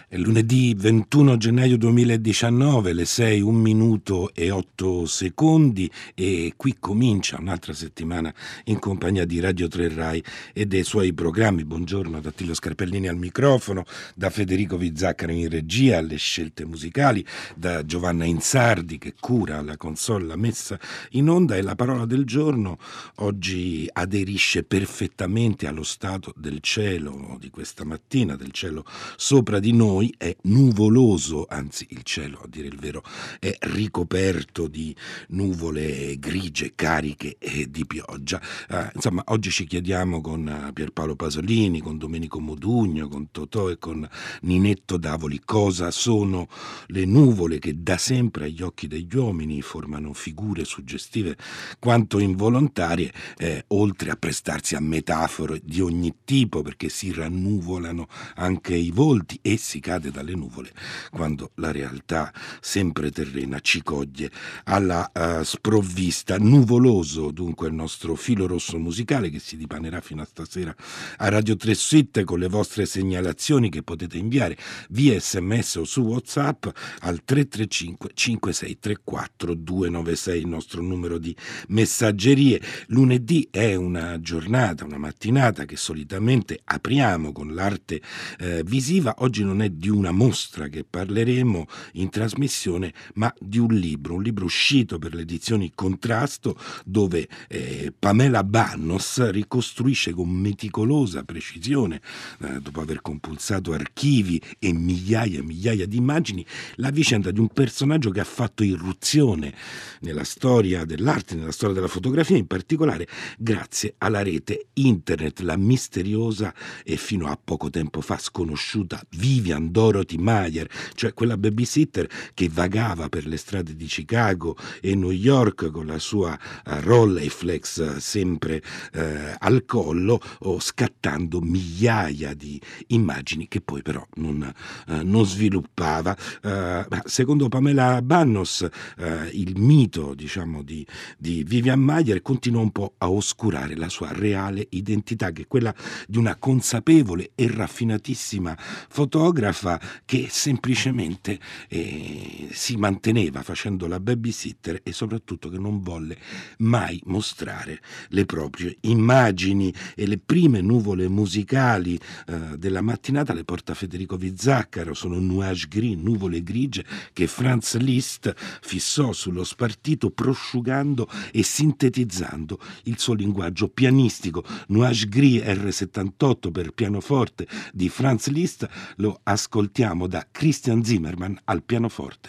È lunedì 21 gennaio 2019, le 6, 1 minuto e 8 secondi, e qui comincia un'altra settimana in compagnia di Radio 3 Rai e dei suoi programmi. Buongiorno da Attilio Scarpellini al microfono, da Federico Vizzaccaro in regia alle scelte musicali, da Giovanna Insardi che cura la console, la messa in onda, e la parola del giorno oggi aderisce perfettamente allo stato del cielo di questa mattina, del cielo sopra di noi. È nuvoloso, anzi il cielo, a dire il vero, è ricoperto di nuvole grigie, cariche e di pioggia. Insomma, oggi ci chiediamo con Pierpaolo Pasolini, con Domenico Modugno, con Totò e con Ninetto Davoli cosa sono le nuvole che da sempre agli occhi degli uomini formano figure suggestive quanto involontarie, oltre a prestarsi a metafore di ogni tipo, perché si rannuvolano anche i volti e si cade dalle nuvole quando la realtà, sempre terrena, ci coglie alla sprovvista. Nuvoloso dunque il nostro filo rosso musicale, che si dipanerà fino a stasera a Radio 3 Suite con le vostre segnalazioni che potete inviare via SMS o su WhatsApp al 335 5634 296, il nostro numero di messaggerie. Lunedì è una giornata, una mattinata che solitamente apriamo con l'arte visiva. Oggi non è di una mostra che parleremo in trasmissione, ma di un libro uscito per le edizioni Contrasto, dove Pamela Bannos ricostruisce con meticolosa precisione, dopo aver compulsato archivi e migliaia e migliaia di immagini, la vicenda di un personaggio che ha fatto irruzione nella storia dell'arte, nella storia della fotografia, in particolare grazie alla rete internet, la misteriosa e fino a poco tempo fa sconosciuta Vivian Dorothy Mayer, cioè quella babysitter che vagava per le strade di Chicago e New York con la sua Rolleiflex sempre al collo, o scattando migliaia di immagini che poi però non sviluppava. Secondo Pamela Bannos, il mito, diciamo, di Vivian Mayer continua un po' a oscurare la sua reale identità, che è quella di una consapevole e raffinatissima fotografa che semplicemente si manteneva facendo la babysitter, e soprattutto che non volle mai mostrare le proprie immagini. E le prime nuvole musicali della mattinata le porta Federico Vizzaccaro, sono nuage gris, nuvole grigie, che Franz Liszt fissò sullo spartito, prosciugando e sintetizzando il suo linguaggio pianistico. Nuage gris R78 per pianoforte di Franz Liszt lo ascoltiamo da Christian Zimmermann al pianoforte.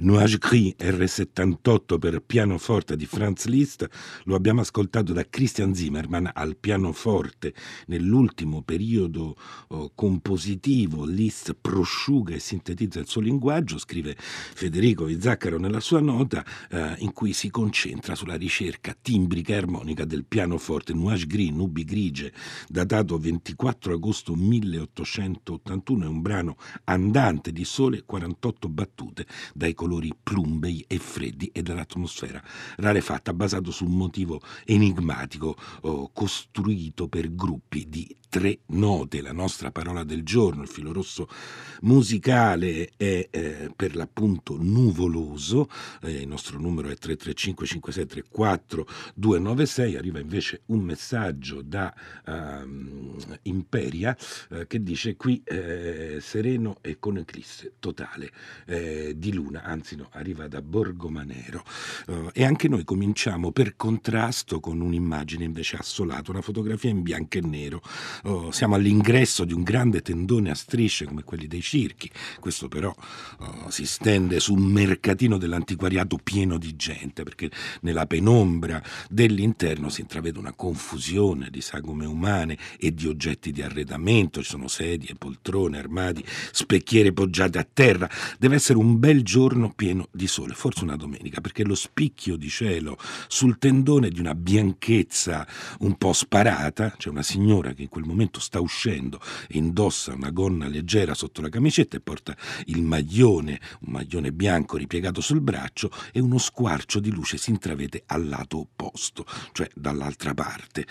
Nuage Gris R78 per pianoforte di Franz Liszt, lo abbiamo ascoltato da Christian Zimmermann al pianoforte. Nell'ultimo periodo compositivo Liszt prosciuga e sintetizza il suo linguaggio, scrive Federico Vizzaccaro nella sua nota, in cui si concentra sulla ricerca timbrica e armonica del pianoforte. Nuage Gris, nubi grigie, datato 24 agosto 1881, è un brano andante di sole 48 battute dai colori plumbei e freddi e dall'atmosfera rarefatta, basato su un motivo enigmatico costruito per gruppi di 3 note. La nostra parola del giorno, il filo rosso musicale, è per l'appunto nuvoloso. Il nostro numero è 335 5634 296. Arriva invece un messaggio da Imperia che dice: qui sereno e con eclisse totale di luna, anzi no, arriva da Borgomanero. E anche noi cominciamo per contrasto con un'immagine invece assolata, una fotografia in bianco e nero. Siamo all'ingresso di un grande tendone a strisce come quelli dei circhi. Questo però si stende su un mercatino dell'antiquariato pieno di gente, perché nella penombra dell'interno si intravede una confusione di sagome umane e di oggetti di arredamento. Ci sono sedie, poltrone, armadi, specchiere poggiate a terra. Deve essere un bel giorno pieno di sole, forse una domenica, perché lo spicchio di cielo sul tendone è di una bianchezza un po' sparata. C'è una signora che in quel momento sta uscendo e indossa una gonna leggera sotto la camicetta e porta il maglione, un maglione bianco ripiegato sul braccio, e uno squarcio di luce si intravede al lato opposto, cioè dall'altra parte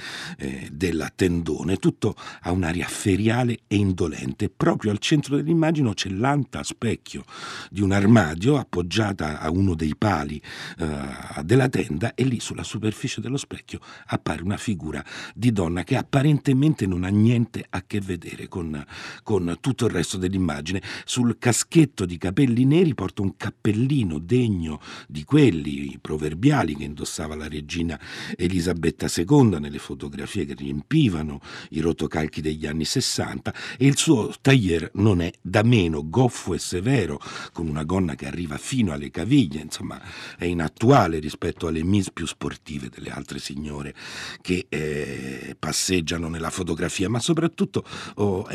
del tendone. Tutto ha un'aria feriale e indolente. Proprio al centro dell'immagine c'è l'anta a specchio di un armadio appoggiata a uno dei pali della tenda, e lì sulla superficie dello specchio appare una figura di donna che apparentemente non ha niente a che vedere con tutto il resto dell'immagine. Sul caschetto di capelli neri porta un cappellino degno di quelli proverbiali che indossava la regina Elisabetta II nelle fotografie che riempivano i rotocalchi degli anni 60, e il suo tailleur non è da meno, goffo e severo, con una gonna che arriva fino alle caviglie. Insomma, è inattuale rispetto alle mise più sportive delle altre signore che passeggiano nella fotografia, ma soprattutto è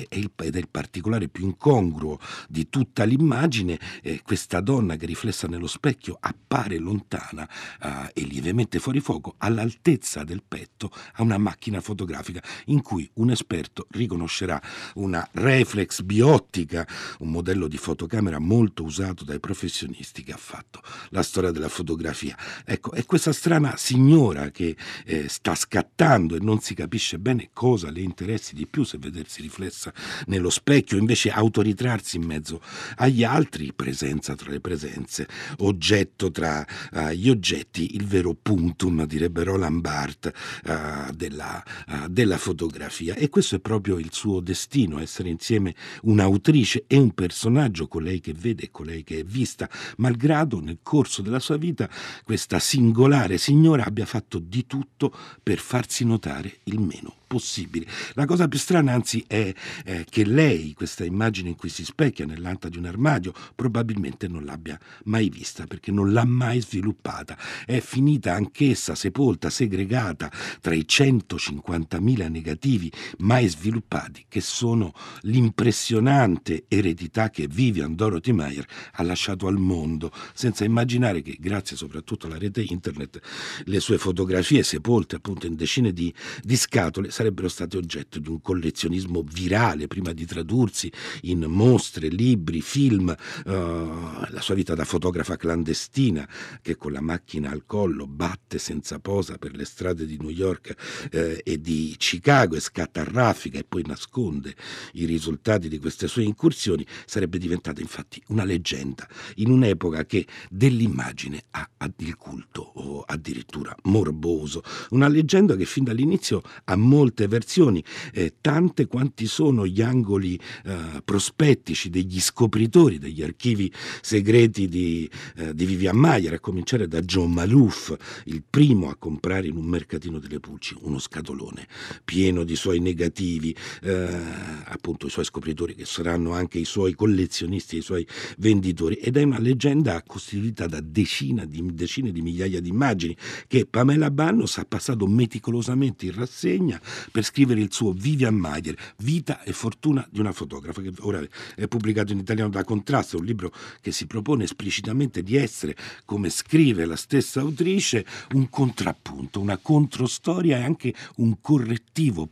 il particolare più incongruo di tutta l'immagine. Questa donna che riflessa nello specchio appare lontana e lievemente fuori fuoco, all'altezza del petto, a una macchina fotografica in cui un esperto riconoscerà una reflex biottica, un modello di fotocamera molto usato dai professionisti che ha fatto la storia della fotografia. Ecco, è questa strana signora che sta scattando e non si capisce bene cosa le interessi di più, se vedersi riflessa nello specchio, invece autoritrarsi in mezzo agli altri, presenza tra le presenze, oggetto tra gli oggetti, il vero punctum, direbbe Roland Barthes, della fotografia. E questo è proprio il suo destino, essere insieme un'autrice e un personaggio, colei che vede e colei che è vista, malgrado nel corso della sua vita questa singolare signora abbia fatto di tutto per farsi notare il meno possibile. La cosa più strana, anzi, è che lei, questa immagine in cui si specchia nell'anta di un armadio, probabilmente non l'abbia mai vista, perché non l'ha mai sviluppata. È finita anch'essa sepolta, segregata tra i 150.000 negativi mai sviluppati, che sono l'impressionante eredità che Vivian Dorothy Mayer ha lasciato al mondo, senza immaginare che, grazie soprattutto alla rete internet, le sue fotografie sepolte appunto in decine di scatole sarebbero state oggetto di un collezionismo virale prima di tradursi in mostre, libri, film. La sua vita da fotografa clandestina, che con la macchina al collo batte senza posa per le strade di New York e di Chicago e scatta a raffica e poi nasconde i risultati di queste sue incursioni, sarebbe diventata infatti una leggenda in un'epoca che dell'immagine ha il culto o addirittura morboso, una leggenda che fin dall'inizio ha molti molte versioni, tante quanti sono gli angoli prospettici degli scopritori degli archivi segreti di Vivian Maier, a cominciare da John Maloof, il primo a comprare in un mercatino delle Pulci uno scatolone pieno di suoi negativi, appunto i suoi scopritori che saranno anche i suoi collezionisti, i suoi venditori, ed è una leggenda costituita da decine di migliaia di immagini che Pamela Bannos ha passato meticolosamente in rassegna per scrivere il suo Vivian Maier, Vita e fortuna di una fotografa, che ora è pubblicato in italiano da Contrasto, un libro che si propone esplicitamente di essere, come scrive la stessa autrice, un contrappunto, una controstoria e anche un correttivo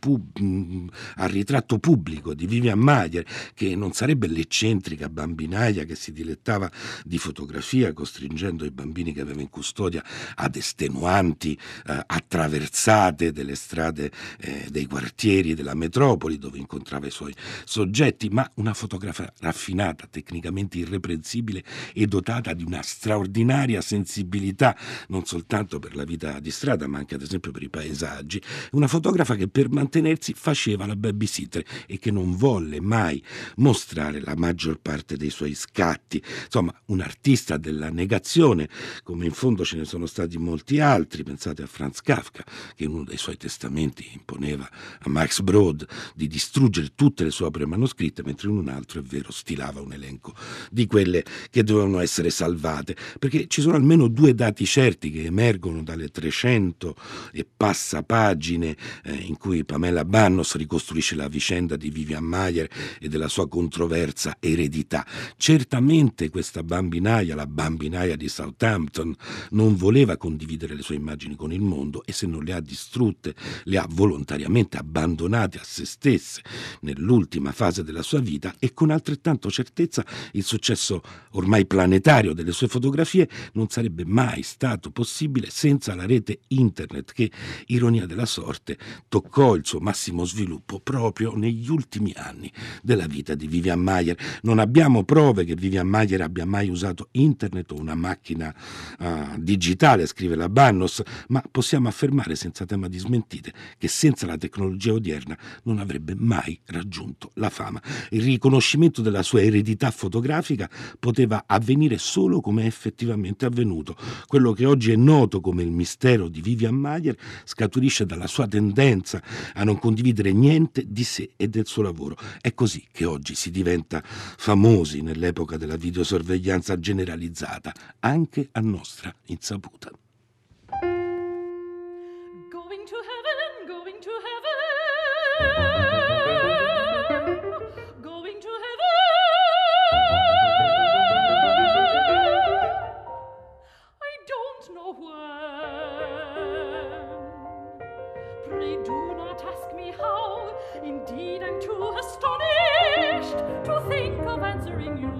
al ritratto pubblico di Vivian Maier, che non sarebbe l'eccentrica bambinaia che si dilettava di fotografia, costringendo i bambini che aveva in custodia ad estenuanti attraversate delle strade dei quartieri della metropoli dove incontrava i suoi soggetti, ma una fotografa raffinata, tecnicamente irreprensibile e dotata di una straordinaria sensibilità non soltanto per la vita di strada ma anche ad esempio per i paesaggi, una fotografa che per mantenersi faceva la babysitter e che non volle mai mostrare la maggior parte dei suoi scatti. Insomma, un artista della negazione, come in fondo ce ne sono stati molti altri. Pensate a Franz Kafka, che in uno dei suoi testamenti imponeva a Max Brod di distruggere tutte le sue opere manoscritte, mentre in un altro, è vero, stilava un elenco di quelle che dovevano essere salvate, perché ci sono almeno due dati certi che emergono dalle 300 e passa pagine in cui Pamela Bannos ricostruisce la vicenda di Vivian Maier e della sua controversa eredità. Certamente questa bambinaia, la bambinaia di Southampton, non voleva condividere le sue immagini con il mondo, e se non le ha distrutte, le ha volontariamente abbandonate a se stesse nell'ultima fase della sua vita, e con altrettanto certezza il successo ormai planetario delle sue fotografie non sarebbe mai stato possibile senza la rete internet, che, ironia della sorte, toccò il suo massimo sviluppo proprio negli ultimi anni della vita di Vivian Maier. Non abbiamo prove che Vivian Maier abbia mai usato internet o una macchina digitale, scrive la Bannos, ma possiamo affermare senza tema di smentite che senza la tecnologia odierna non avrebbe mai raggiunto la fama. Il riconoscimento della sua eredità fotografica poteva avvenire solo come è effettivamente avvenuto. Quello che oggi è noto come il mistero di Vivian Maier scaturisce dalla sua tendenza a non condividere niente di sé e del suo lavoro. È così che oggi si diventa famosi nell'epoca della videosorveglianza generalizzata, anche a nostra insaputa. Going to heaven, going to heaven, going to heaven. I don't know when. Pray do not ask me how. Indeed, I'm too astonished to think of answering you.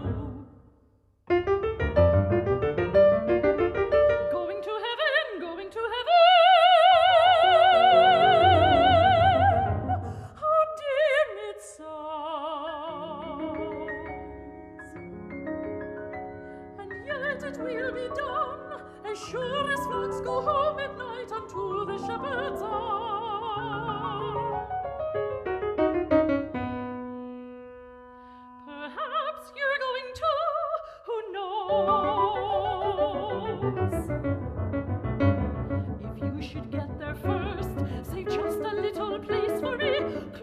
Going to heaven, going to heaven. How dim it sounds. And yet it will be done, as sure as folks go home at night unto the shepherd's arm. Perhaps you're going to, who knows? If you should get there first, save just a little place for me,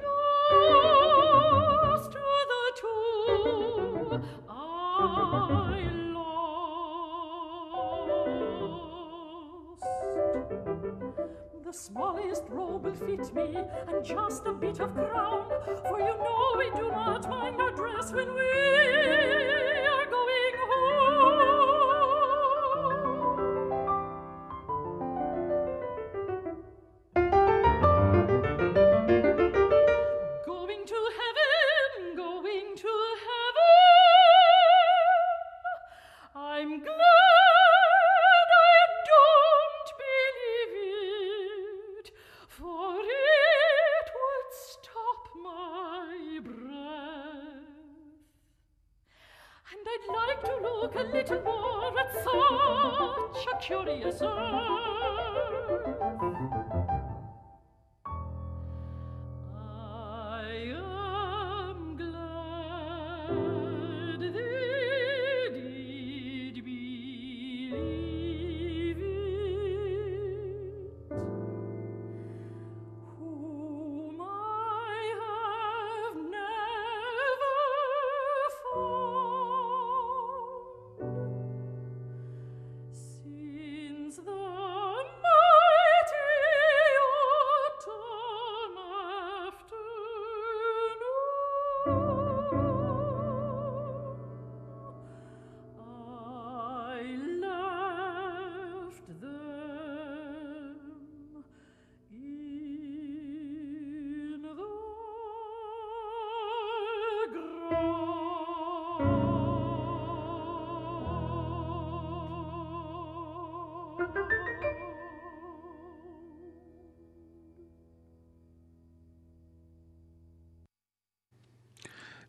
close to the tomb I lost. The smallest robe will fit me, and just a bit of crown, for you know we do not mind our dress when we are going home. Going to heaven, going to heaven. I'm glad I don't believe it, for it would stop my breath. And I'd like to look a little more at such a curious earth.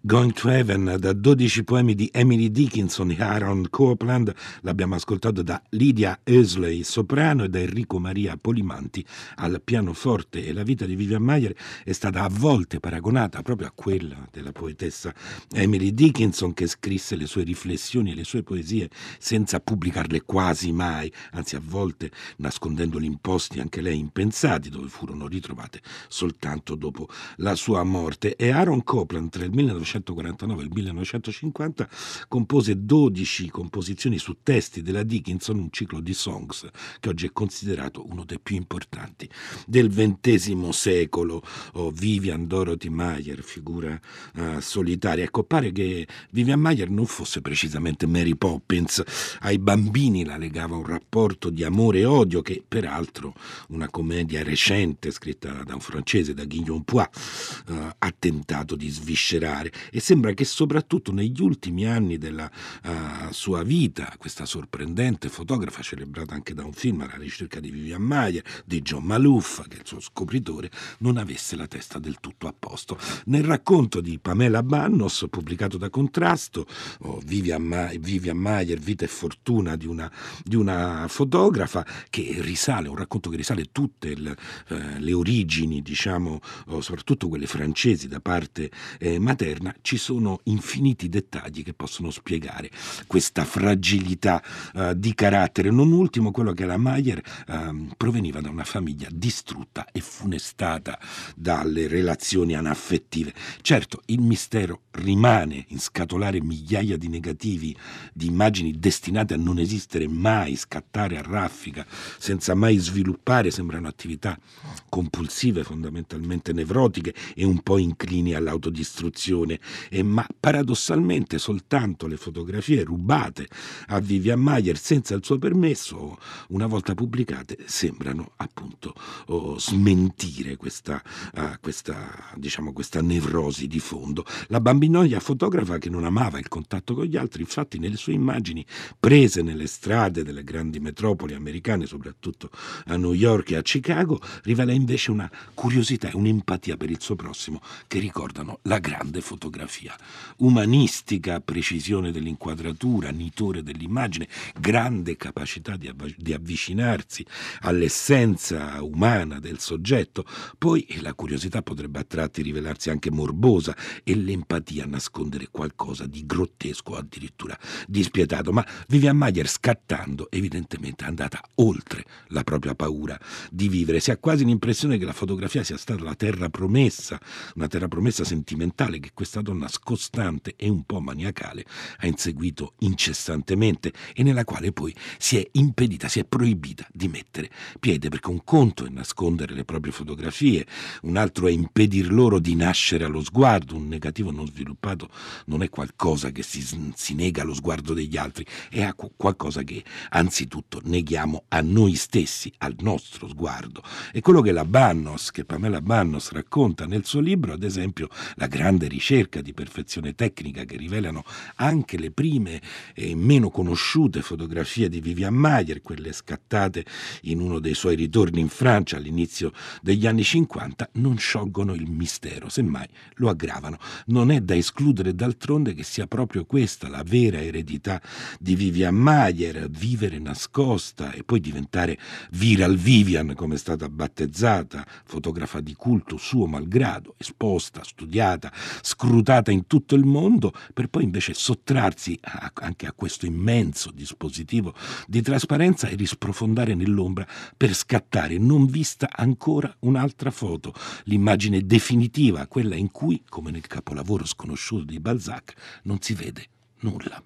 Going to Heaven, da 12 poemi di Emily Dickinson e Aaron Copland, l'abbiamo ascoltato da Lydia Huxley, soprano, e da Enrico Maria Polimanti al pianoforte. E la vita di Vivian Maier è stata a volte paragonata proprio a quella della poetessa Emily Dickinson, che scrisse le sue riflessioni e le sue poesie senza pubblicarle quasi mai, anzi a volte nascondendoli in posti anche lei impensati, dove furono ritrovate soltanto dopo la sua morte. E Aaron Copland, tra il 1949 e il 1950, compose 12 composizioni su testi della Dickinson, un ciclo di songs che oggi è considerato uno dei più importanti del XX secolo. Vivian Dorothy Maier, figura solitaria. Ecco, pare che Vivian Maier non fosse precisamente Mary Poppins. Ai bambini la legava un rapporto di amore e odio che, peraltro, una commedia recente scritta da un francese, da Guillaume Poix, ha tentato di sviscerare. E sembra che soprattutto negli ultimi anni della sua vita, questa sorprendente fotografa, celebrata anche da un film alla ricerca di Vivian Maier, di John Maloof, che è il suo scopritore, non avesse la testa del tutto a posto. Nel racconto di Pamela Bannos, pubblicato da Contrasto, Vivian Maier, vita e fortuna di una fotografa, che risale, un racconto che risale tutte le origini, diciamo, soprattutto quelle francesi da parte materna, ci sono infiniti dettagli che possono spiegare questa fragilità di carattere. Non ultimo quello che la Maier proveniva da una famiglia distrutta e funestata dalle relazioni anaffettive. Certo, il mistero rimane inscatolare migliaia di negativi, di immagini destinate a non esistere mai, scattare a raffica senza mai sviluppare, sembrano attività compulsive, fondamentalmente nevrotiche e un po' inclini all'autodistruzione. Ma paradossalmente soltanto le fotografie rubate a Vivian Maier senza il suo permesso, una volta pubblicate, sembrano appunto smentire questa nevrosi di fondo. La bambinoia fotografa, che non amava il contatto con gli altri, infatti nelle sue immagini prese nelle strade delle grandi metropoli americane, soprattutto a New York e a Chicago, rivela invece una curiosità e un'empatia per il suo prossimo che ricordano la grande fotografia. Umanistica precisione dell'inquadratura, nitore dell'immagine, grande capacità di avvicinarsi all'essenza umana del soggetto. Poi la curiosità potrebbe a tratti rivelarsi anche morbosa e l'empatia nascondere qualcosa di grottesco, addirittura dispietato. Ma Vivian Maier, scattando, evidentemente è andata oltre la propria paura di vivere. Si ha quasi l'impressione che la fotografia sia stata la terra promessa, una terra promessa sentimentale che questa donna scostante e un po' maniacale ha inseguito incessantemente e nella quale poi si è impedita, si è proibita di mettere piede, perché un conto è nascondere le proprie fotografie, un altro è impedir loro di nascere allo sguardo. Un negativo non sviluppato non è qualcosa che si nega allo sguardo degli altri, è qualcosa che anzitutto neghiamo a noi stessi, al nostro sguardo. E quello che Pamela Bannos racconta nel suo libro, ad esempio, la grande ricerca di perfezione tecnica che rivelano anche le prime e meno conosciute fotografie di Vivian Maier, quelle scattate in uno dei suoi ritorni in Francia all'inizio degli anni 50, non sciolgono il mistero, semmai lo aggravano. Non è da escludere d'altronde che sia proprio questa la vera eredità di Vivian Maier, vivere nascosta e poi diventare Viral Vivian, come è stata battezzata, fotografa di culto suo malgrado, esposta, studiata, scrutata in tutto il mondo, per poi invece sottrarsi anche a questo immenso dispositivo di trasparenza e risprofondare nell'ombra per scattare non vista ancora un'altra foto, l'immagine definitiva, quella in cui, come nel capolavoro sconosciuto di Balzac, non si vede nulla.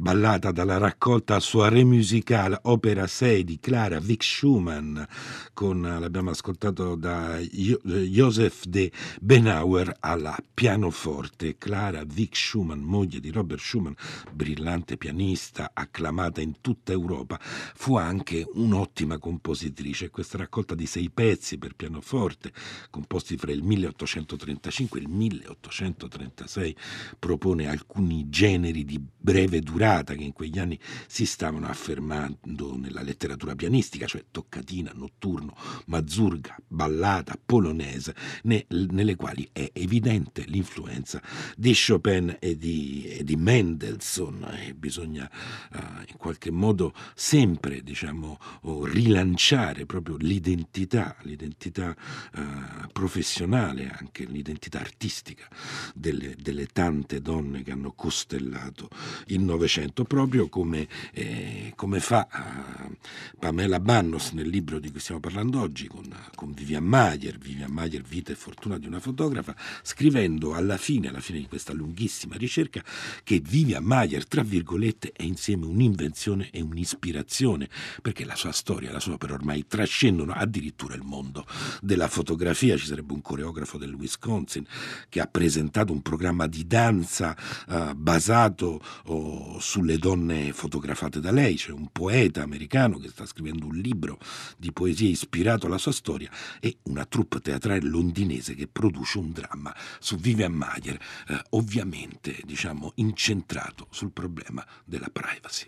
ballata dalla raccolta Soirée musicale, opera 6 di Clara Wieck Schumann, l'abbiamo ascoltato da Joseph de Benauer alla pianoforte. Clara Wieck Schumann, moglie di Robert Schumann, brillante pianista, acclamata in tutta Europa, fu anche un'ottima compositrice. Questa raccolta di 6 pezzi per pianoforte, composti fra il 1835 e il 1836, propone alcuni generi di breve durata che in quegli anni si stavano affermando nella letteratura pianistica, cioè toccatina, notturno, mazurka, ballata, polonese, nelle quali è evidente l'influenza di Chopin e di Mendelssohn, e bisogna in qualche modo sempre, diciamo, rilanciare proprio l'identità professionale, anche l'identità artistica delle tante donne che hanno costellato il Novecento, proprio come fa Pamela Bannos nel libro di cui stiamo parlando oggi con Vivian Maier, Vita e fortuna di una fotografa, scrivendo alla fine di questa lunghissima ricerca che Vivian Maier, tra virgolette, è insieme un'invenzione e un'ispirazione, perché la sua storia e la sua opera ormai trascendono addirittura il mondo della fotografia. Ci sarebbe un coreografo del Wisconsin che ha presentato un programma di danza basato sulle donne fotografate da lei. C'è un poeta americano che sta scrivendo un libro di poesie ispirato alla sua storia, e una troupe teatrale londinese che produce un dramma su Vivian Maier, ovviamente, diciamo, incentrato sul problema della privacy.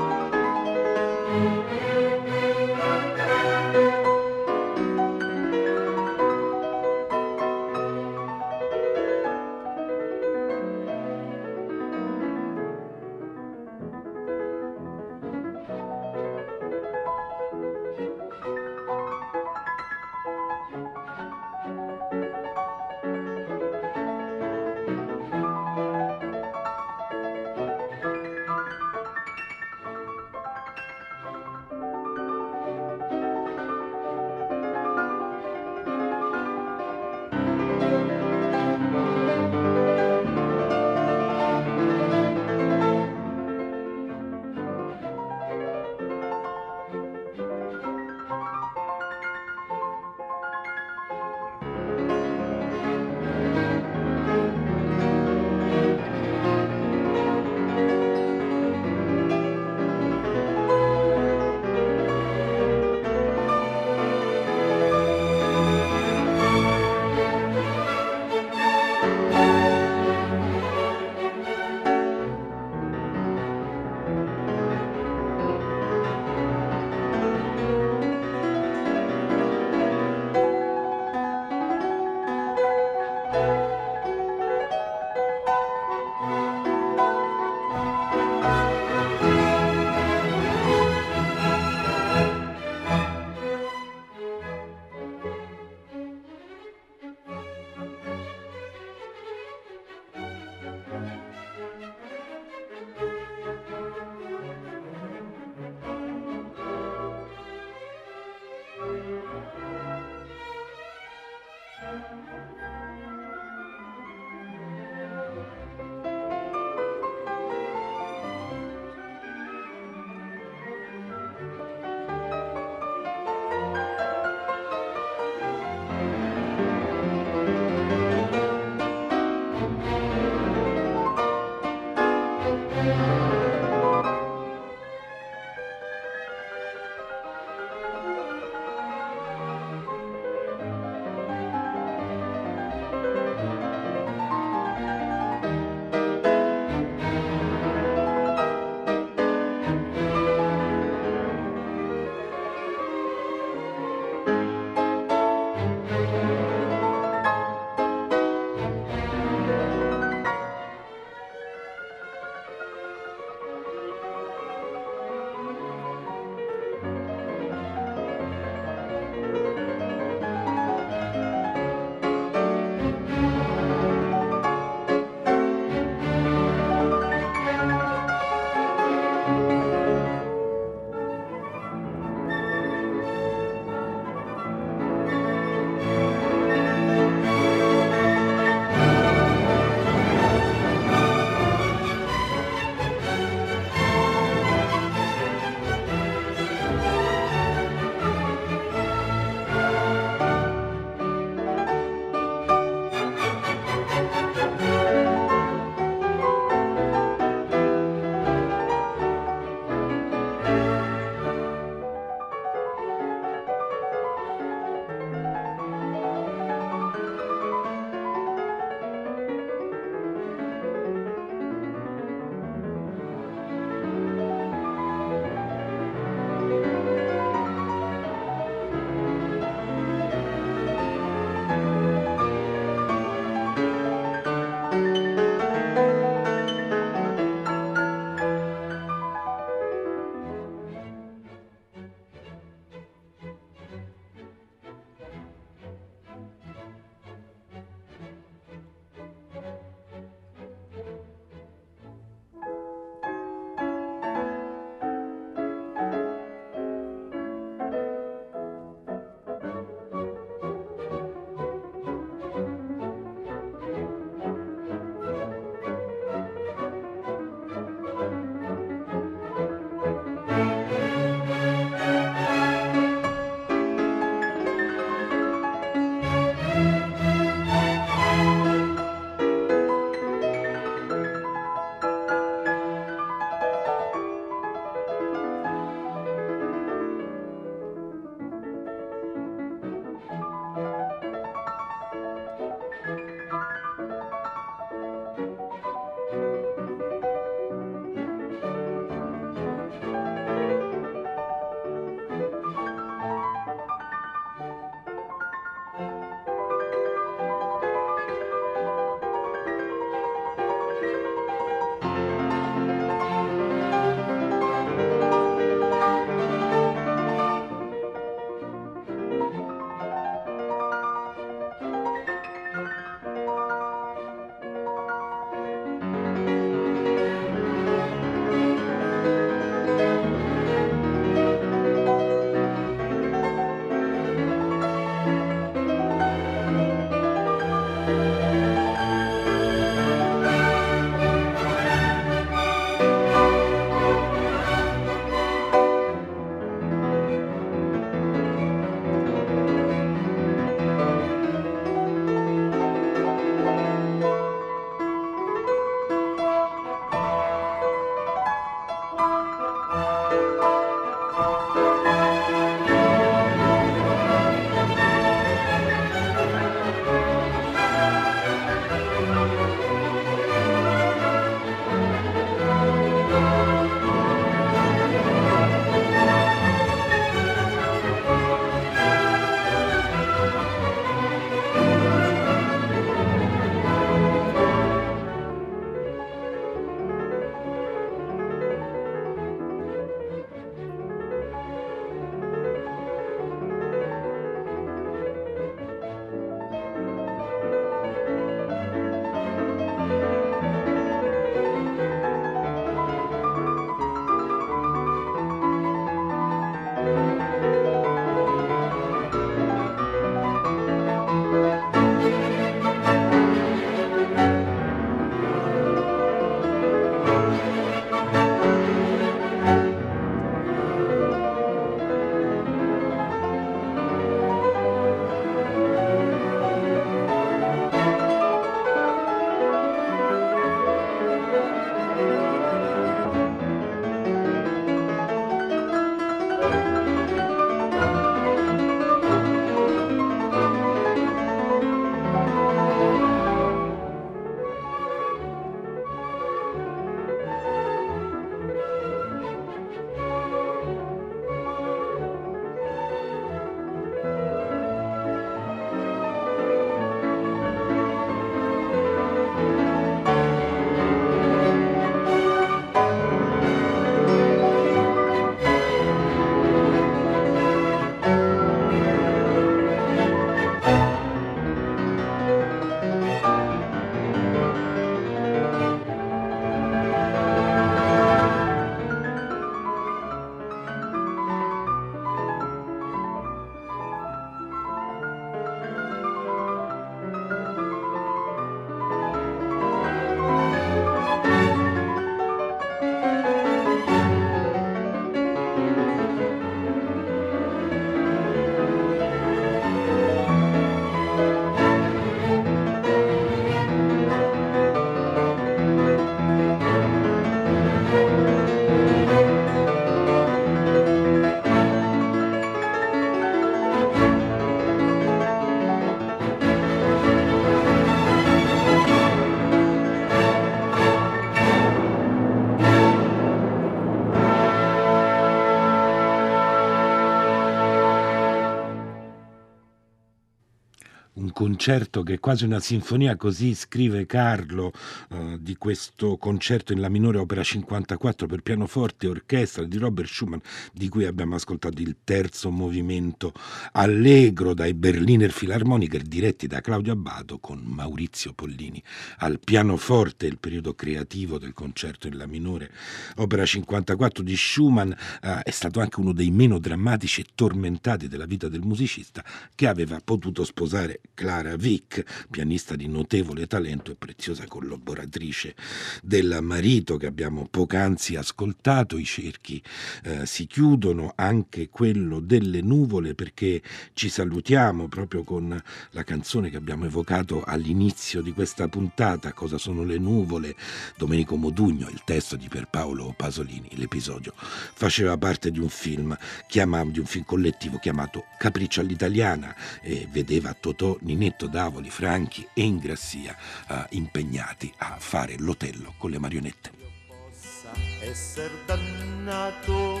concerto che è quasi una sinfonia, così scrive Carlo di questo concerto in La minore opera 54 per pianoforte e orchestra di Robert Schumann, di cui abbiamo ascoltato il terzo movimento allegro dai Berliner Philharmoniker diretti da Claudio Abbado con Maurizio Pollini al pianoforte. Il periodo creativo del concerto in La minore opera 54 di Schumann è stato anche uno dei meno drammatici e tormentati della vita del musicista, che aveva potuto sposare Clara Wieck, pianista di notevole talento e preziosa collaboratrice del marito che abbiamo poc'anzi ascoltato. I cerchi si chiudono, anche quello delle nuvole, perché ci salutiamo proprio con la canzone che abbiamo evocato all'inizio di questa puntata, Cosa sono le nuvole, Domenico Modugno, il testo di Pierpaolo Pasolini. L'episodio faceva parte di un film collettivo chiamato Capriccio all'italiana e vedeva Totò, Ninetto, Davoli, Franchi e Ingrassia impegnati a fare l'Otello con le marionette. Io possa essere dannato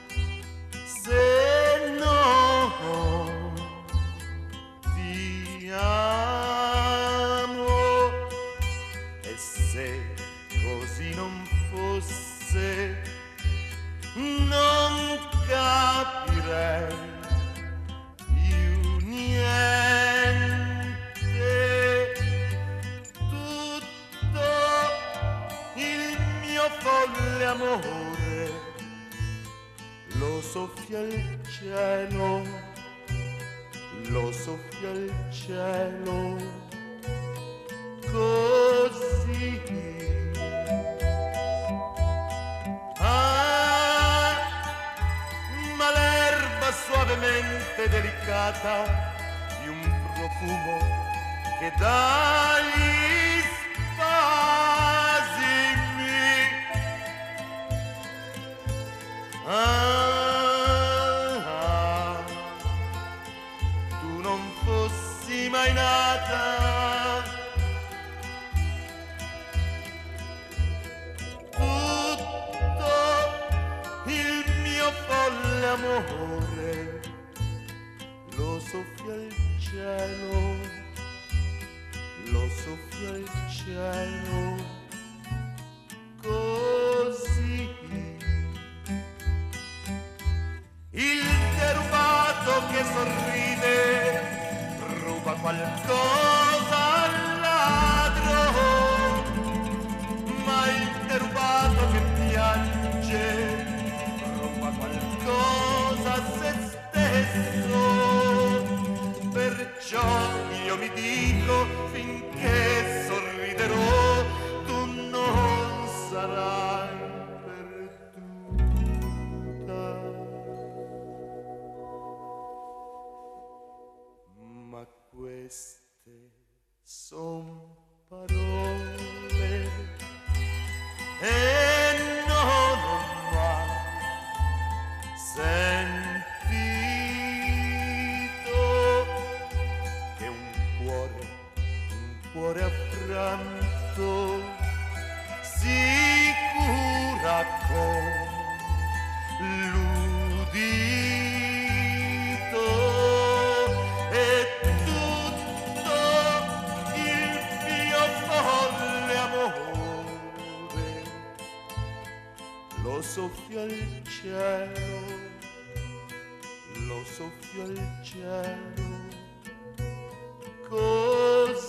se no ti amo, e se così non fosse non capirei più niente. Tutto il mio folle amore lo soffia il cielo, lo soffia il cielo, così. Ma l'erba suavemente delicata di un profumo che dà gli spasimi. Tu non fossi mai nata, tutto il mio folle amore lo soffia il cielo, lo soffia il cielo, così. Il derubato che sorride ruba qualcosa al ladro, ma il derubato che piange ruba qualcosa a se stesso. Perciò io mi dico, finché sorriderò, tu non sarai perduta. Ma queste son parole e non ho mai sentito che un cuore affranto si cura con l'udito, e tutto il mio folle amore lo soffia il cielo, lo soffia il cielo, così.